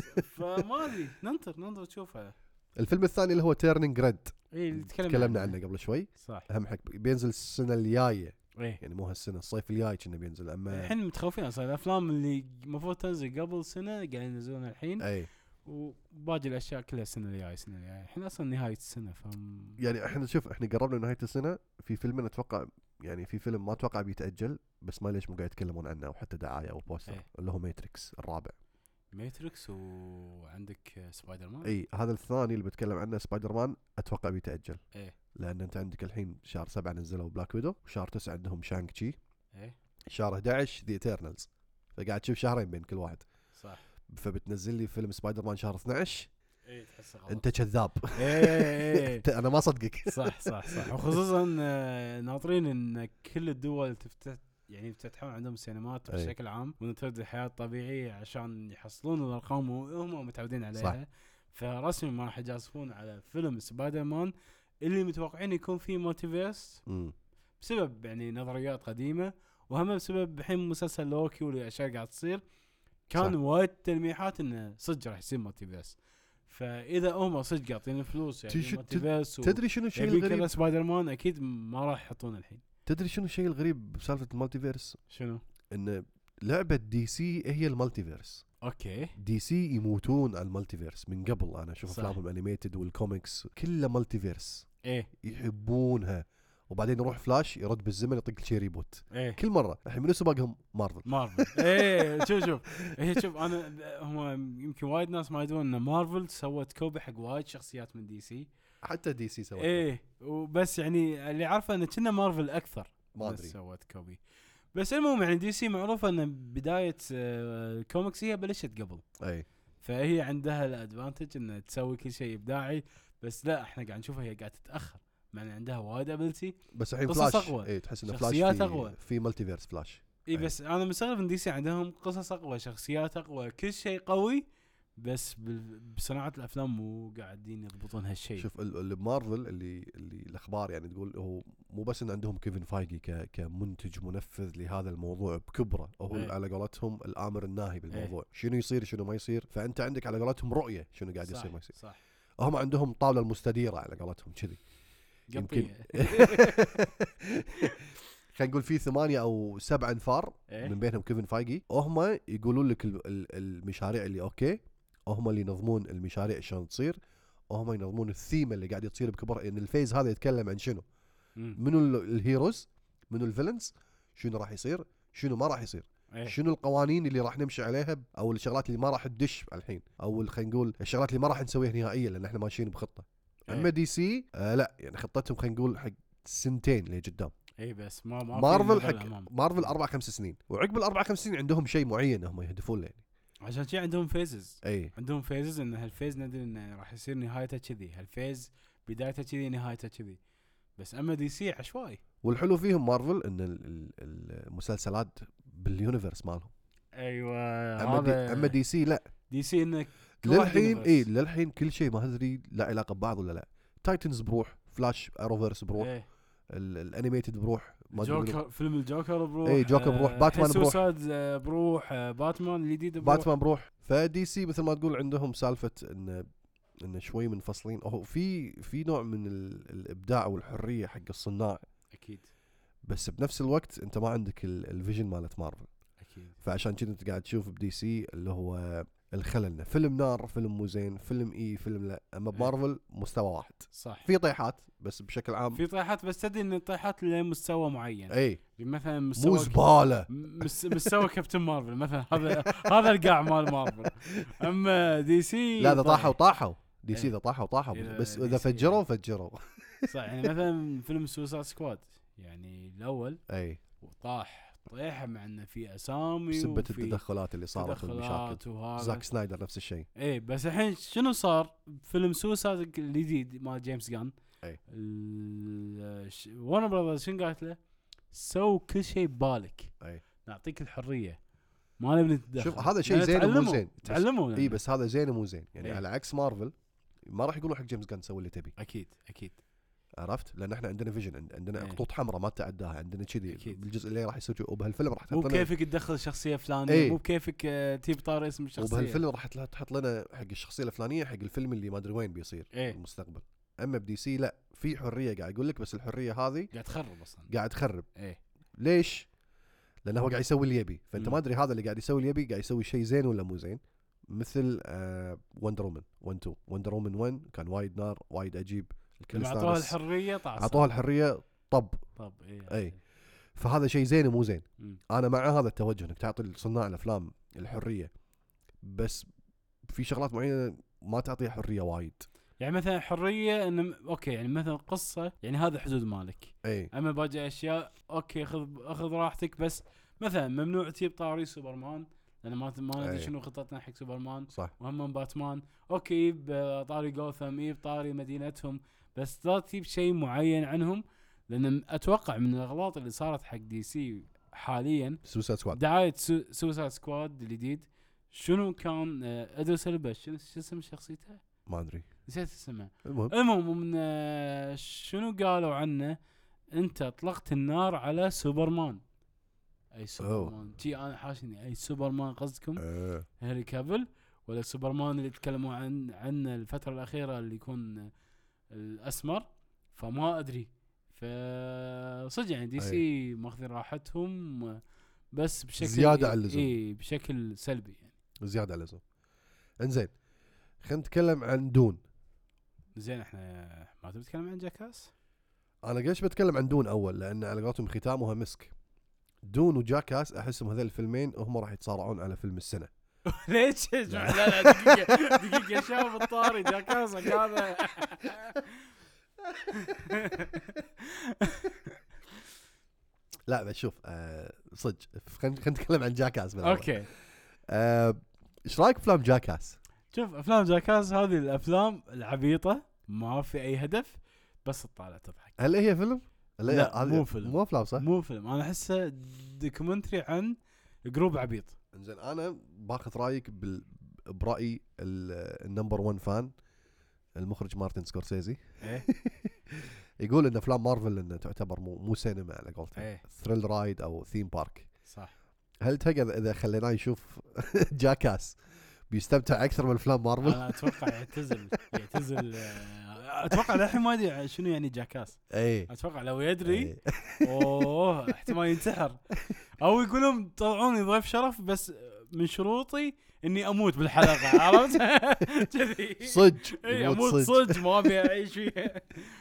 فما ادري ننطر ننطر تشوفها. الفيلم الثاني اللي هو تيرنينج ريد ايه اللي تكلمنا, تكلمنا عنه قبل شوي. صح. اهم حق بينزل السنه الجايه ايه يعني مو هالسنه الصيف الجاي كنا بينزل. اما الحين متخوفين اصلا الافلام اللي المفروض تنزل قبل سنه قاعدين ينزلونها الحين. اي وباقي الاشياء كلها السنه الجايه السنه الجايه الحين اصلا نهايه السنه فهم. يعني احنا شوف احنا قربنا لنهايه السنه. في فيلم اتوقع يعني في فيلم ما اتوقع بيتاجل بس ما ليش مو قاعد يتكلمون عنه او حتى دعايه او بوستر. أي. اللي هو ماتريكس الرابع. ماتريكس وعندك سبايدر مان. اي هذا الثاني اللي بتكلم عنه سبايدر مان اتوقع بيتاجل. ايه لان انت عندك الحين شهر سبعة نزلوا بلاك ويدو وشهر تسعة عندهم شانك تشي. ايه شهر احد عشر ذا ايترنالز. فقاعد تشوف شهرين بين كل واحد. صح. فبتنزل لي فيلم سبايدر مان شهر اثنا عشر. ايه تحس غلط. انت كذاب. ايه انا ما صدقك. صح صح صح. وخصوصا آه، ناطرين ان كل الدول تفتح يعني يفتتحون عندهم سينمات أي. بشكل عام وان ترد الحياه الطبيعيه عشان يحصلون الارقام وهم متعودين عليها. صح. فرسمي ما راح يجازفون على فيلم سبايدر مان اللي متوقعين يكون فيه مالتيفيرس امم بسبب يعني نظريات قديمه وهم بسبب الحين مسلسل لوكي والاشياء قاعد تصير. كان صح. وايد تلميحات انه صدق راح يصير مالتيفيرس. فاذا هم صدق يعطين فلوس يعني تش- مالتيفيرس تدري شنو الشيء يبي كذا الغريب؟ سبايدر مان اكيد ما راح يحطون الحين. تدري شنو الشيء الغريب بسالفه المالتيفيرس؟ شنو؟ ان لعبه دي سي هي المالتيفيرس. اوكي دي سي يموتون على المالتيفيرس من قبل. انا اشوف صح. افلامهم الانيميتد والكوميكس كلها مالتيفيرس ايه يحبونها. وبعدين يروح فلاش يرد بالزمن يطق شي ريبوت ايه كل مره. الحين منو سباقهم؟ مارفل. مارفل. ايه شوف شوف هي شوف انا هم يمكن وايد ناس ما يدرون ان مارفل سوت كوبي حق وايد شخصيات من دي سي. حتى دي سي سوت. ايه وبس يعني اللي عارفه ان كنا مارفل اكثر ما بس ادري. سوت كوبي. بس المهم يعني دي سي معروفه ان بدايه آه، الكوميكس هي بلشت قبل. اي فهي عندها الادفانتج ان تسوي كل شيء ابداعي. بس لا احنا قاعد نشوفها هي قاعد تتاخر مع ان عندها وايد ابيلتي. بس الحين قصص فلاش أقوى. اي تحس ان فلاش شخصيات في أقوى. في مالتيفيرس فلاش. اي بس انا مستغرب ان دي سي عندهم قصص اقوى شخصيات اقوى كل شيء قوي بس بال- بصناعه الافلام مو قاعدين يضبطون هالشيء. شوف ال- اللي بمارفل اللي اللي الاخبار يعني تقول هو مو بس ان عندهم كيفن فايجي ك كمنتج منفذ لهذا الموضوع بكبره. هو أي. على قولتهم الامر الناهي بالموضوع. شنو يصير شنو ما يصير. فانت عندك على قولتهم رؤيه شنو قاعد يصير ما يصير. صح هم عندهم طاوله المستديره على قولتهم كذي. يمكن خلينا نقول في ثمانية أو سبع أنفار إيه؟ من بينهم كيفن فايجي. هم يقولون لك ال- ال- المشاريع اللي أوكي. هم اللي ينظمون المشاريع شلون تصير. وهم ينظمون الثيمة اللي قاعد تصير بكبر. إن الفيز هذا يتكلم عن شنو. مم. منو ال- الهيروز منو الفيلنز شنو راح يصير شنو ما راح يصير. إيه؟ شنو القوانين اللي راح نمشي عليها ب- أو الشغلات اللي ما راح تدش الحين. أو ال- خلينا نقول الشغلات اللي ما راح نسويها نهائيا لأن إحنا ماشيين بخطة. إيه؟ أما دي سي آه لا يعني خطتهم خلينا نقول حق سنتين لقدام. اي بس ما ما في مارفل نظر حق الأمام. مارفل اربع خمس سنين وعقب الاربع خمس سنين عندهم شيء معين هم يهدفون له يعني. عشان شي عندهم فيزز. اي عندهم فيزز ان هالفيز ندري انه راح يصير نهايته كذي هالفيز بدايته كذي نهايته كذي. بس اما دي سي عشوائي. والحلو فيهم مارفل ان ال- ال- المسلسلات باليونيفرس مالهم. ايوه اما دي, هذا أما دي سي لا دي سي انك كل واحد للحين يونيفرس. اي للحين كل شيء ما ادري لا علاقه ببعض ولا لا. تايتنز بروح فلاش اروفيرس بروح إيه. ال- الانيميتد بروح ما أدري منو. جوكر فيلم الجوكر بروح. إيه، جوكر بروح، آه، باتمان بروح. سوسايد آه، بروح آه، باتمان الجديد بروح. باتمان بروح. فدي سي مثل ما تقول عندهم سالفه ان ان شوي منفصلين. هو في في نوع من ال- الابداع والحريه حق الصناع. اكيد بس بنفس الوقت انت ما عندك ال- الفيجن مالت مارفل. اكيد فعشان كذا انت قاعد تشوف بدي سي اللي هو الخلل. فيلم نار فيلم مو زين فيلم اي فيلم لا. اما بمارفل مستوى واحد. صح. في طيحات بس بشكل عام في طيحات بس تدري ان الطيحات لمستوى معين. اي مثلا مو مستوى زباله. مس- مستوى كابتن مارفل مثلا هذا هذا القاع مال مارفل. اما دي سي لا اذا طيب. طاحوا طاحوا دي سي إيه. اذا طاحوا طاحوا إذا بس دي اذا سي فجروا فجروا. صح يعني مثلا فيلم سوسايد سكواد يعني الاول اي وطاح طيحه مع انه في اسامي بسبة وفي التدخلات اللي صارت والمشاكل. تدخلات وهذا. زاك سنايدر نفس الشيء. ايه بس الحين شنو صار فيلم سوسايد الجديد مال جيمس جان. أي. وانا براذرز شنو قالت له؟ سو كل شيء ببالك. اي نعطيك الحريه ما نبي نتدخل. شوف هذا شيء لأن زين ومو تعلموا- زين. بس- تعلموا اي بس هذا زين ومو زين يعني. إيه. على عكس مارفل ما راح يقولوا حق جيمس جان سوي اللي تبي. اكيد اكيد عرفت؟ لان احنا عندنا فيجن، عندنا إيه. خطوط حمراء ما تعداها، عندنا كذي أكيد. بالجزء اللي راح يسوي، وبهالفيلم راح مو تحط لنا بكيفك تدخل شخصيه فلانيه، إيه. مو بكيفك آه، تجيب طار اسم الشخصيه. وبهالفيلم راح تحط لنا حق الشخصيه الفلانيه حق الفيلم اللي ما ادري وين بيصير إيه. المستقبل. اما بدي سي لا، في حريه قاعد اقول لك، بس الحريه هذه قاعد تخرب اصلا. قاعد تخرب. ايه. ليش؟ لانه هو قاعد يسوي اللي يبي، فانت مم. ما ادري هذا اللي قاعد يسوي اللي يبي قاعد يسوي شيء زين ولا مو زين. مثل آه وندر وومن واحد اثنين وندر وومن واحد كان وايد نار، وايد عجيب، الكل لما اعطوها استانس. الحريه طاس. اعطوها الحريه طب. طب ايه. اي. فهذا شيء زين ومو زين. مم. انا مع هذا التوجه انك تعطي صناع الافلام الحريه، بس في شغلات معينه ما تعطيها حريه وايد. يعني مثلا حريه انه اوكي، يعني مثلا قصه، يعني هذا حدود مالك. اي اما باقي اشياء اوكي خذ اخذ راحتك، بس مثلا ممنوع تجيب طاري سوبرمان، لان ما ما ندري أي. شنو خطتنا حق سوبرمان. صح. وهم باتمان اوكي يجيب طاري جوثم، يجيب طاري مدينتهم، بس لا تجيب شيء معين عنهم. لان اتوقع من الاغلاط اللي صارت حق دي سي حاليا سوسايد سكواد. دعايه سو سوسايد سكواد الجديد، شنو كان آه، ادريس البا، شنو شو اسم شخصيته؟ ما ادري. نسيت اسمه. المهم المهم من آه، شنو قالوا عنه، انت اطلقت النار على سوبرمان. اي سوبرمان تي انا حاشني، اي سوبرمان قصدكم آه. هنري كافل، ولا سوبرمان اللي تكلموا عن عن الفتره الاخيره اللي يكون الاسمر؟ فما ادري. فصدق يعني دي سي ماخذين راحتهم، بس بشكل زيادة عن اللزوم. اي بشكل سلبي يعني. زياده على اللزوم. انزين خلينا نتكلم عن دون. زين احنا ما تبي تتكلم عن جاكاس؟ انا ليش بتكلم عن دون اول؟ لان على قولتهم ختامها مسك. دون وجاكاس احسهم هذول الفيلمين هم راح يتصارعون على فيلم السنه. ليش؟ لا لا دقيقة دقيقة شاف الطاري جاكاسك هذا. لا بس شوف آه صدق خلينا خلينا نتكلم عن جاكاس بالأول. اوكي. آه، ايش رايك بافلام جاكاس؟ شوف افلام جاكاس هذه الافلام العبيطة ما في اي هدف، بس تطالع تضحك. هل هي فيلم؟ لا، هذه مو فيلم. مو افلام صح؟ مو فيلم، انا احسه دوكيومنتري عن جروب عبيط. انزين انا باخذ رايك بال... برايي النمبر واحد فان المخرج مارتن سكورسيزي. ايه. يقول ان افلام مارفل انه تعتبر مو مو سينما على قولته، ايه ثريل رايد او ثيم بارك. صح. هل تقدر اذا خليناه يشوف جاكاس بيستمتع اكثر من افلام مارفل؟ انا اتوقع يعتزل يعتزل آه، اتوقع للحين ما ادري شنو يعني جاكاس. اي اتوقع لو يدري إيه. اوه احتمال ينتحر، او يقول لهم طلعوني ضيف شرف بس من شروطي اني اموت بالحلقه. عرفت كذي؟ صدق اي يموت اموت صدق. صدق، ما ابي اعيش فيها.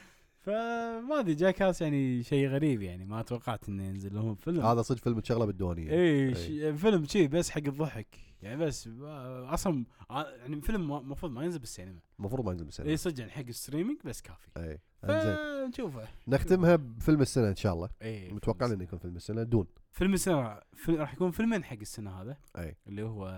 فما ادري جاكاس يعني شيء غريب، يعني ما توقعت انه ينزل لهم فيلم. هذا صدق فيلم تشغله بالديوانيه. اي ش- فيلم شيء بس حق الضحك يعني، بس آه، اصلا آه، يعني فيلم المفروض ما ينزل بالسينما. المفروض ما ينزل بالسينما. اي صدق يعني حق الستريمينج بس كافي. اي انزين نشوفه. نختمها بفيلم السنه ان شاء الله. اي متوقع انه يكون فيلم السنه دون. فيلم السنه فيلم راح يكون فيلمين حق السنه هذا، اي اللي هو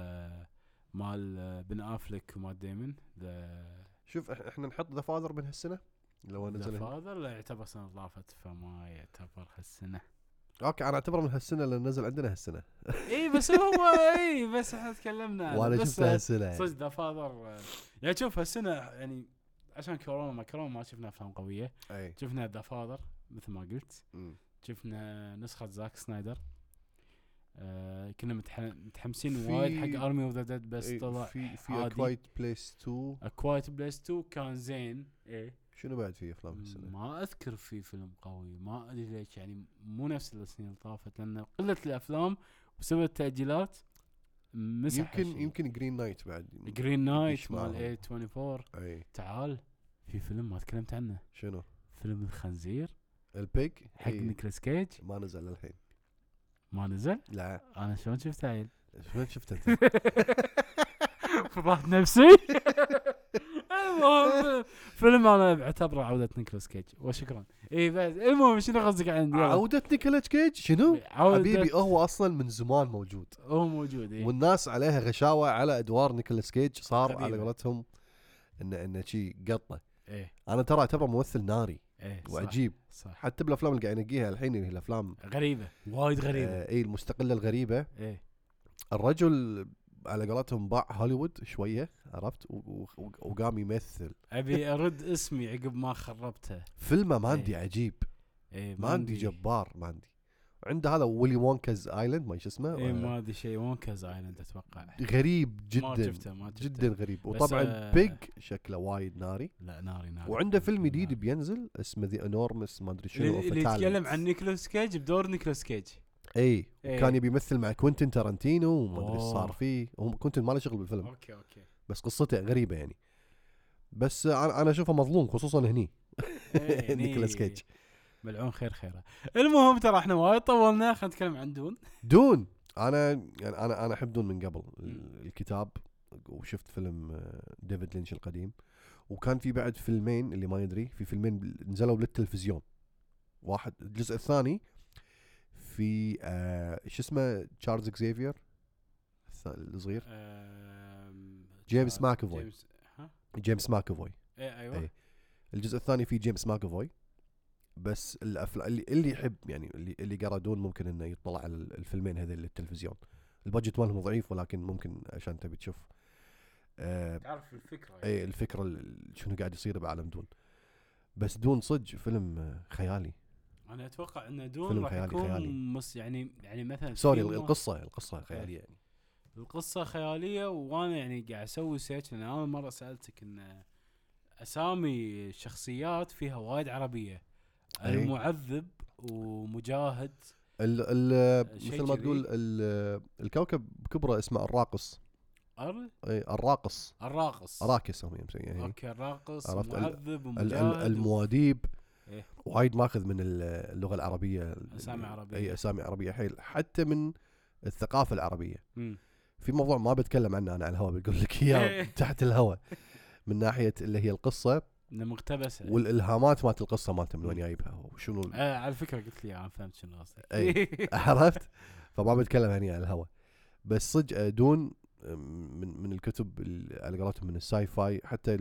مال بن افلك ومال ديمن. ذا شوف إح- احنا نحط ذا فاذر من هالسنه لو نزل هنا. فاذر لا يعتبر سنه ضافت، فما يعتبر هالسنه. اوكي انا اعتبره من هالسنه لان نزل عندنا هالسنه. اي بس هو اي بس احنا تكلمنا عنه. وانا بس شفته هالسنه يعني. صدق ذا فاذر يعني. شوف هالسنه يعني عشان كورونا ما كورونا ما شفنا افلام قويه. اي شفنا ذا فاذر مثل ما قلت، مم. شفنا نسخه زاك سنايدر. آه كنا متح... متحمسين في- وايد حق ارمي اوف ذا ديد، بس إيه، طلع في في عادي. كوايت بليس تو. اكوايت بليس تو كان زين. ايه شنو بعد في افلام هالسنه؟ ما اذكر في فيلم قوي، ما ادري ليش يعني مو نفس السنين اللي طافت، لان قله الافلام بسبب التاجيلات مسح يمكن يمكن جرين نايت بعد. جرين نايت يدش مال معهم. إيه أربعة وعشرين. اي تعال في فيلم ما تكلمت عنه، شنو؟ فيلم الخنزير البيج حق إيه. نيكلاس كيج. ما نزل للحين. ما نزل. لا انا شلون شفته عيل؟ شلون شفت انت؟ فضحت نفسي. المهم فيلم انا بعتبره عودة نيكلاس كيج وشكرا. اي بس المهم شنو قصدك عندي؟ عودة نيكولاس كيج شنو؟ عودة حبيبي هو اصلا من زمان موجود هو موجود. إيه؟ والناس عليها غشاوة على ادوار نيكولاس كيج، صار غريبة. على قولتهم انه انه شي قطه. ايه انا ترى اعتبره ممثل ناري ايه صح وعجيب، صح. حتى بالافلام اللي قاعد ينقيها الحين اللي هي الافلام غريبة وايد غريبة. آه اي المستقله الغريبه. ايه الرجل على قولتهم باع هوليوود شويه، عرفت، وقام يمثل. ابي ارد اسمي عقب ما خربته. فيلمه ماندي ايه. عجيب. ايه ماندي جبار. ماندي عنده هذا ويلي وونكاز ايلاند، ما اسمه ايه ما ادري شيء وونكاز ايلاند اتوقع. غريب جدا. ما شفته ما شفته. جدا غريب. وطبعا آه بيج شكله وايد ناري. لا ناري ناري. وعنده فيلم جديد بينزل اسمه ذا انورمس ما ادري شنو، اللي يتكلم عن نيكولاس كيج بدور نيكولاس كيج. اي إيه. كان يبي يمثل مع كوينتين تارانتينو وما ادري ايش صار فيه. هو كوينتين ما له شغل بالفيلم. اوكي اوكي. بس قصته غريبه يعني. بس انا انا اشوفه مظلوم خصوصا هني. إيه نيكولاس كيج ملعون خير خيره. المهم ترى احنا وايد طولنا، خلينا نتكلم عن دون. دون انا يعني انا انا احب دون من قبل الكتاب، وشفت فيلم ديفيد لينش القديم، وكان في بعد فيلمين اللي ما يدري، في فيلمين نزلوا للتلفزيون. واحد الجزء الثاني في آه شو اسمه تشارلز اكزيفير الصغير، جيمس ماكافوي. جيمس ها جيمس ماكافوي ايه ايوه ايه. الجزء الثاني فيه جيمس ماكافوي. بس الافلام اللي اللي يحب يعني اللي اللي قرا دون ممكن انه يطلع على الفيلمين هذول للتلفزيون. البادجت مالهم ضعيف ولكن ممكن عشان تبي تشوف آه تعرف الفكره يعني. اي الفكره شنو قاعد يصير بعالم دون. بس دون صدق فيلم خيالي. انا اتوقع ان دون راح يكون مس يعني يعني مثلا سوري القصه القصه خياليه يعني. القصه خياليه. وانا يعني قاعد اسوي سيرش لان انا مره سالتك ان اسامي شخصيات فيها وايد عربيه. أي. المعذب ومجاهد ال ال مثل ما تقول الكوكب بكبره اسمه الراقص. أر؟ اي الراقص الراقص اراكس هم يمسميه يعني. اوكي الراقص ومعذب ومجاهد. المواديب إيه؟ وايد ماخذ من اللغه العربيه، اسامي عربيه. اي اسامي عربيه حيل، حتى من الثقافه العربيه. م. في موضوع ما بتكلم عنه انا على الهواء، بقول لك اياه تحت الهواء، من ناحيه اللي هي القصه مقتبسه والالهامات مالت القصه مالته من وين جايبها وشنو. آه على فكره قلت لي انا فهمت شنو قصدك. اي عرفت. فما بتكلم عني على الهواء. بس صدق دون من من الكتب على قولتهم من الساي فاي، حتى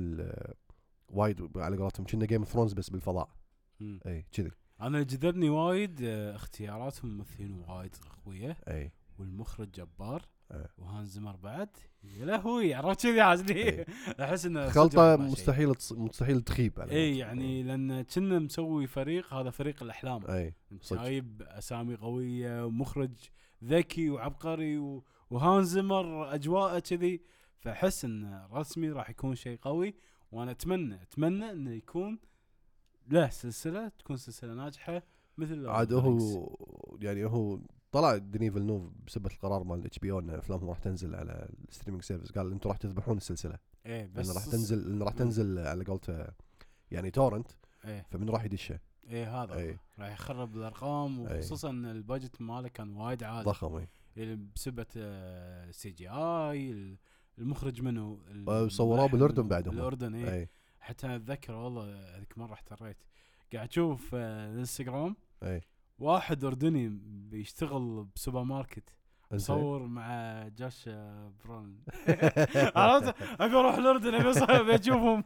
وايد على قولتهم كنا جيم اوف ثرونز بس بالفضاء. اي كذي. انا اللي جذبني وايد اختياراتهم الممثلين وايد قويه. اي والمخرج جبار. أه. وهانز زمر بعد يا لهوي عرفت كذي عاجبني. احس انه خلطه مستحيل مستحيل تخيب على اي يعني لان كنا مسوي فريق، هذا فريق الاحلام. اي جايب اسامي قويه ومخرج ذكي وعبقري وهانز زمر اجواءه كذي، فاحس ان رسمي راح يكون شيء قوي. وانا اتمنى اتمنى انه يكون له سلسله، تكون سلسله ناجحه مثل عاد. هو يعني هو طلع ديني فيلنوف بسبب القرار مال اتش بي او ان افلامهم راح تنزل على الستريمينج سيرفيس، قال انتم راح تذبحون السلسله. ايه بس راح تنزل لان راح تنزل على قولته يعني تورنت. ايه فمن راح يدشه. ايه هذا ايه راح يخرب الارقام، وخصوصا ان البادجت ماله كان وايد عالي ضخم. ايه يعني بسبه سي جي اي. المخرج منه صوروه بالاردن بعدهم. بالاردن ايه, ايه. حتى اتذكر والله هذيك مره احتريت قاعد اشوف الانستغرام. ايه واحد اردني بيشتغل بسوبر ماركت صور مع جوش برون. عرفت ابي اروح الاردن ابي اشوفهم.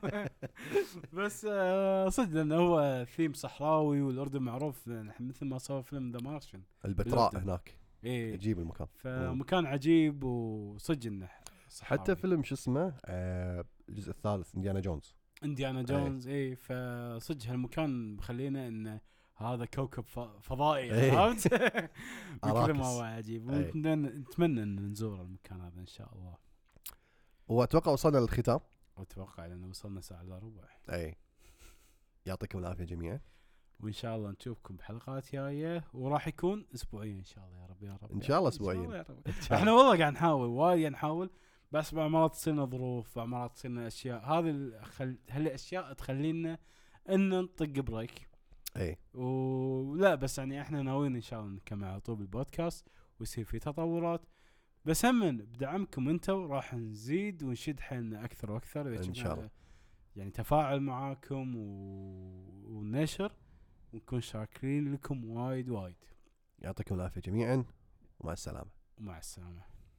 بس صدق لانه هو ثيم صحراوي والاردن معروف مثل ما صور فيلم ذا مارشن البتراء هناك. ايه عجيب المكان، فمكان عجيب وصدق انه صحراوي. حتى فيلم شو اسمه آه الجزء الثالث انديانا جونز. انديانا جونز ايه, ايه فصدق هالمكان مخلينا انه هذا كوكب فضائي. عرفت بكل ما هو عجيب. ونتمنى ان نزور المكان هذا ان شاء الله. واتوقع وصلنا للختام. اتوقع لانه وصلنا ساعه الا ربع. اي يعطيكم العافيه جميعا، وان شاء الله نشوفكم بحلقات جايه، وراح يكون اسبوعيا ان شاء الله. يا رب يا رب ان شاء الله اسبوعيا. احنا والله قاعد نحاول وايد نحاول، بس بعض مرات تصيرنا ظروف، بعض مرات تصيرنا اشياء. هذه خل... هالاشياء تخلينا ان نطق بريك. اي ولا بس يعني احنا ناويين ان شاء الله نكمل على طول بالبودكاست ويصير في تطورات، بس هم بدعمكم انتم راح نزيد ونشد حيلنا اكثر واكثر ان شاء الله. يعني تفاعل معاكم و... ونشر، ونكون شاكرين لكم وايد وايد. يعطيكم العافيه جميعا، ومع السلامه. ومع السلامه.